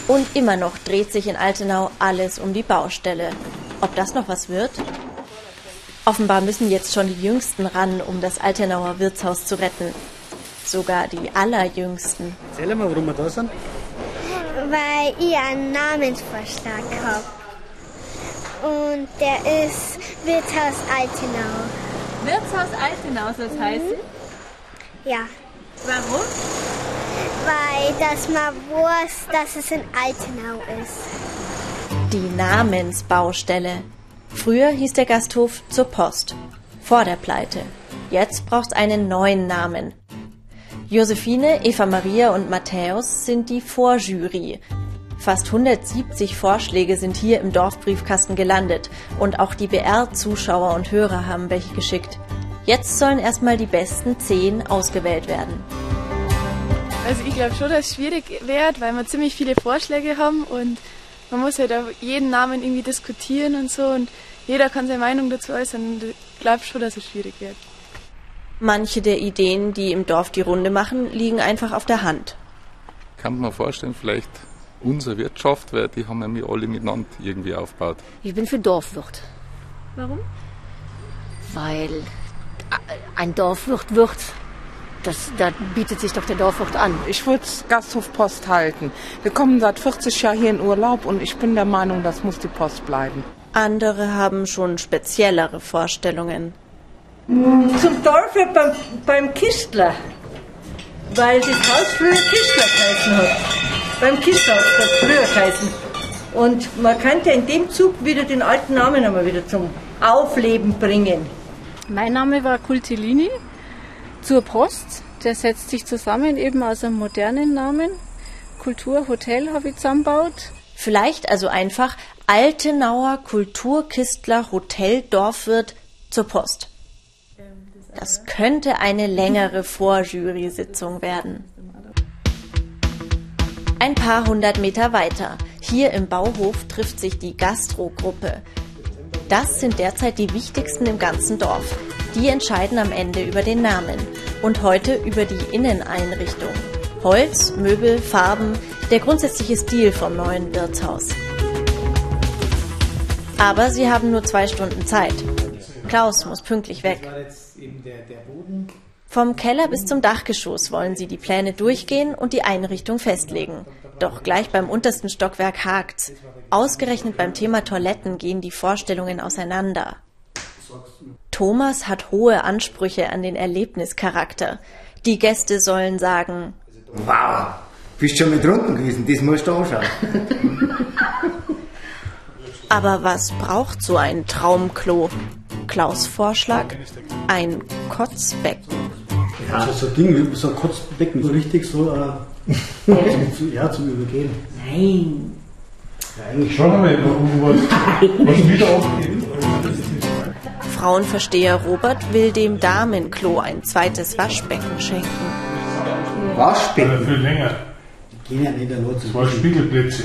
Und immer noch dreht sich in Altenau alles um die Baustelle. Ob das noch was wird? Offenbar müssen jetzt schon die Jüngsten ran, um das Altenauer Wirtshaus zu retten. Sogar die Allerjüngsten. Erzähl mal, warum wir da sind. Weil ich einen Namensvorschlag habe. Und der ist Wirtshaus Altenau. Wirtshaus Altenau soll es heißen? Ja. Warum? Weil dass man weiß, dass es in Altenau ist. Die Namensbaustelle. Früher hieß der Gasthof Zur Post. Vor der Pleite. Jetzt braucht's einen neuen Namen. Josephine, Eva Maria und Matthäus sind die Vorjury. Fast 170 Vorschläge sind hier im Dorfbriefkasten gelandet und auch die BR-Zuschauer und Hörer haben welche geschickt. Jetzt sollen erstmal die besten 10 ausgewählt werden. Also ich glaube schon, dass es schwierig wird, weil wir ziemlich viele Vorschläge haben und man muss halt auch jeden Namen irgendwie diskutieren und so und jeder kann seine Meinung dazu äußern und ich glaube schon, dass es schwierig wird. Manche der Ideen, die im Dorf die Runde machen, liegen einfach auf der Hand. Kann man vorstellen, vielleicht unsere Wirtschaft, weil die haben wir alle miteinander irgendwie aufgebaut. Ich bin für Dorfwirt. Warum? Weil ein Dorfwirt da bietet sich doch der Dorfwirt an. Ich würde Gasthof Post halten. Wir kommen seit 40 Jahren hier in Urlaub und ich bin der Meinung, das muss die Post bleiben. Andere haben schon speziellere Vorstellungen. Zum Dorfwirt beim Kistler, weil das Haus früher Kistler geheißen hat. Beim Kisthaus hat es früher geheißen. Und man könnte in dem Zug wieder den alten Namen einmal wieder zum Aufleben bringen. Mein Name war Kultilini zur Post. Der setzt sich zusammen eben aus einem modernen Namen. Kulturhotel habe ich zusammengebaut. Vielleicht also einfach Altenauer Kulturkistler Hotel Dorfwirt zur Post. Das könnte eine längere Vorjury-Sitzung werden. Ein paar hundert Meter weiter, hier im Bauhof, trifft sich die Gastro-Gruppe. Das sind derzeit die wichtigsten im ganzen Dorf. Die entscheiden am Ende über den Namen und heute über die Inneneinrichtung. Holz, Möbel, Farben, der grundsätzliche Stil vom neuen Wirtshaus. Aber sie haben nur 2 Stunden Zeit. Klaus muss pünktlich weg. Vom Keller bis zum Dachgeschoss wollen sie die Pläne durchgehen und die Einrichtung festlegen. Doch gleich beim untersten Stockwerk hakt's. Ausgerechnet beim Thema Toiletten gehen die Vorstellungen auseinander. Thomas hat hohe Ansprüche an den Erlebnischarakter. Die Gäste sollen sagen: Wow, bist schon mit drunten gewesen, das musst du anschauen. Aber was braucht so ein Traumklo? Klaus' Vorschlag? Ein Kotzbecken. Ja, so ein Ding, so ein Kotzbecken, so richtig so zum Übergehen. Nein. Ja, eigentlich schon haben wir was wieder aufgeben. Frauenversteher Robert will dem Damenklo ein zweites Waschbecken schenken. Waschbecken? Viel länger. Die gehen ja nicht nur zu 2 Spiegelplätze.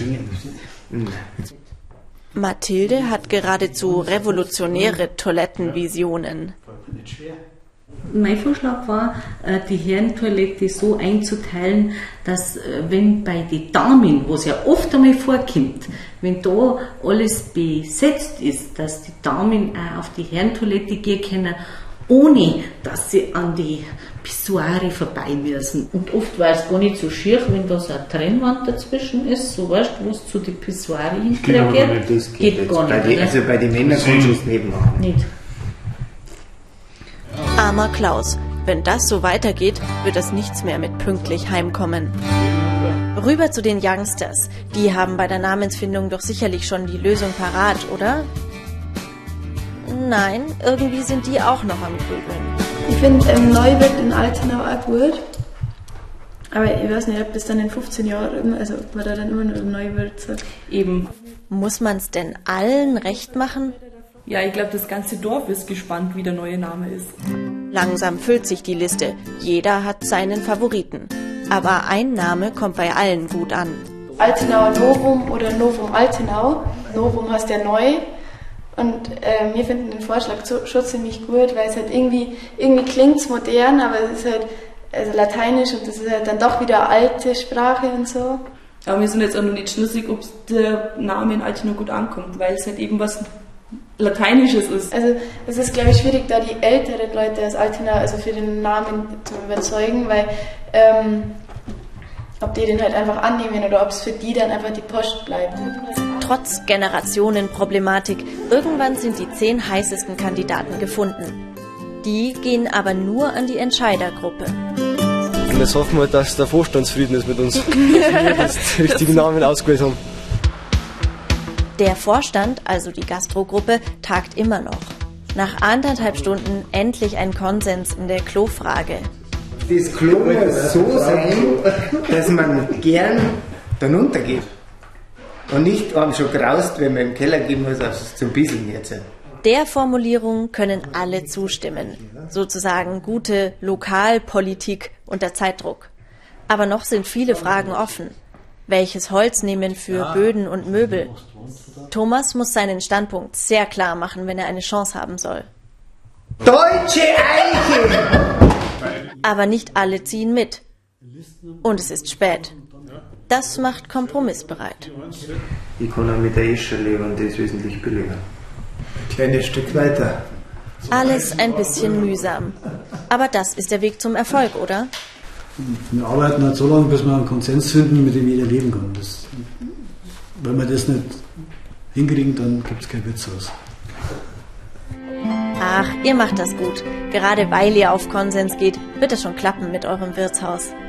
Mathilde hat geradezu revolutionäre Toilettenvisionen. Mein Vorschlag war, die Herrentoilette so einzuteilen, dass wenn bei den Damen, wo es ja oft einmal vorkommt, wenn da alles besetzt ist, dass die Damen auch auf die Herrentoilette gehen können, ohne dass sie an die Pissoire vorbei müssen. Und oft war es gar nicht so schier, wenn da so eine Trennwand dazwischen ist, so weißt du, wo es zu den Pissoire hintergeht. Das geht gar nicht. Also bei den Männern kannst du es nicht machen. Nicht. Armer Klaus, wenn das so weitergeht, wird das nichts mehr mit pünktlich heimkommen. Rüber zu den Youngsters. Die haben bei der Namensfindung doch sicherlich schon die Lösung parat, oder? Nein, irgendwie sind die auch noch am Grübeln. Ich finde Neuwirt in Altenau auch gut. Aber ich weiß nicht, ob das dann in 15 Jahren, also ob man da dann immer nur Neuwirt sagt. Eben. Muss man es denn allen recht machen? Ja, ich glaube, das ganze Dorf ist gespannt, wie der neue Name ist. Langsam füllt sich die Liste. Jeder hat seinen Favoriten. Aber ein Name kommt bei allen gut an. Altenauer Novum oder Novum Altenau. Novum heißt ja neu. Und wir finden den Vorschlag schon ziemlich gut, weil es halt irgendwie klingt es modern, aber es ist halt also lateinisch und das ist halt dann doch wieder alte Sprache und so. Aber wir sind jetzt auch noch nicht schlüssig, ob der Name in Altenau gut ankommt, weil es halt eben was Lateinisches ist. Also es ist, glaube ich, schwierig, da die älteren Leute aus Altenau also für den Namen zu überzeugen, weil ob die den halt einfach annehmen oder ob es für die dann einfach die Post bleibt. Trotz Generationenproblematik, irgendwann sind die 10 heißesten Kandidaten gefunden. Die gehen aber nur an die Entscheidergruppe. Und jetzt hoffen wir, dass der Vorstand zufrieden ist mit uns, dass wir das richtigen Namen ausgewählt haben. Der Vorstand, also die Gastrogruppe, tagt immer noch. Nach 1,5 Stunden endlich ein Konsens in der Klofrage. Das Klo muss so sein, dass man gern dann untergeht. Und nicht einem schon graust, wenn man im Keller gehen muss, zum Bisseln jetzt. Der Formulierung können alle zustimmen. Sozusagen gute Lokalpolitik unter Zeitdruck. Aber noch sind viele Fragen offen. Welches Holz nehmen für Böden und Möbel? Thomas muss seinen Standpunkt sehr klar machen, wenn er eine Chance haben soll. Deutsche Eiche! Aber nicht alle ziehen mit. Und es ist spät. Das macht kompromissbereit. Ich kann auch mit der Esche leben und die ist wesentlich billiger. Ein kleines Stück weiter. Alles ein bisschen mühsam. Aber das ist der Weg zum Erfolg, oder? Wir arbeiten halt so lange, bis wir einen Konsens finden, mit dem jeder leben kann. Wenn wir das nicht hinkriegen, dann gibt es kein Wirtshaus. Ach, ihr macht das gut. Gerade weil ihr auf Konsens geht, wird es schon klappen mit eurem Wirtshaus.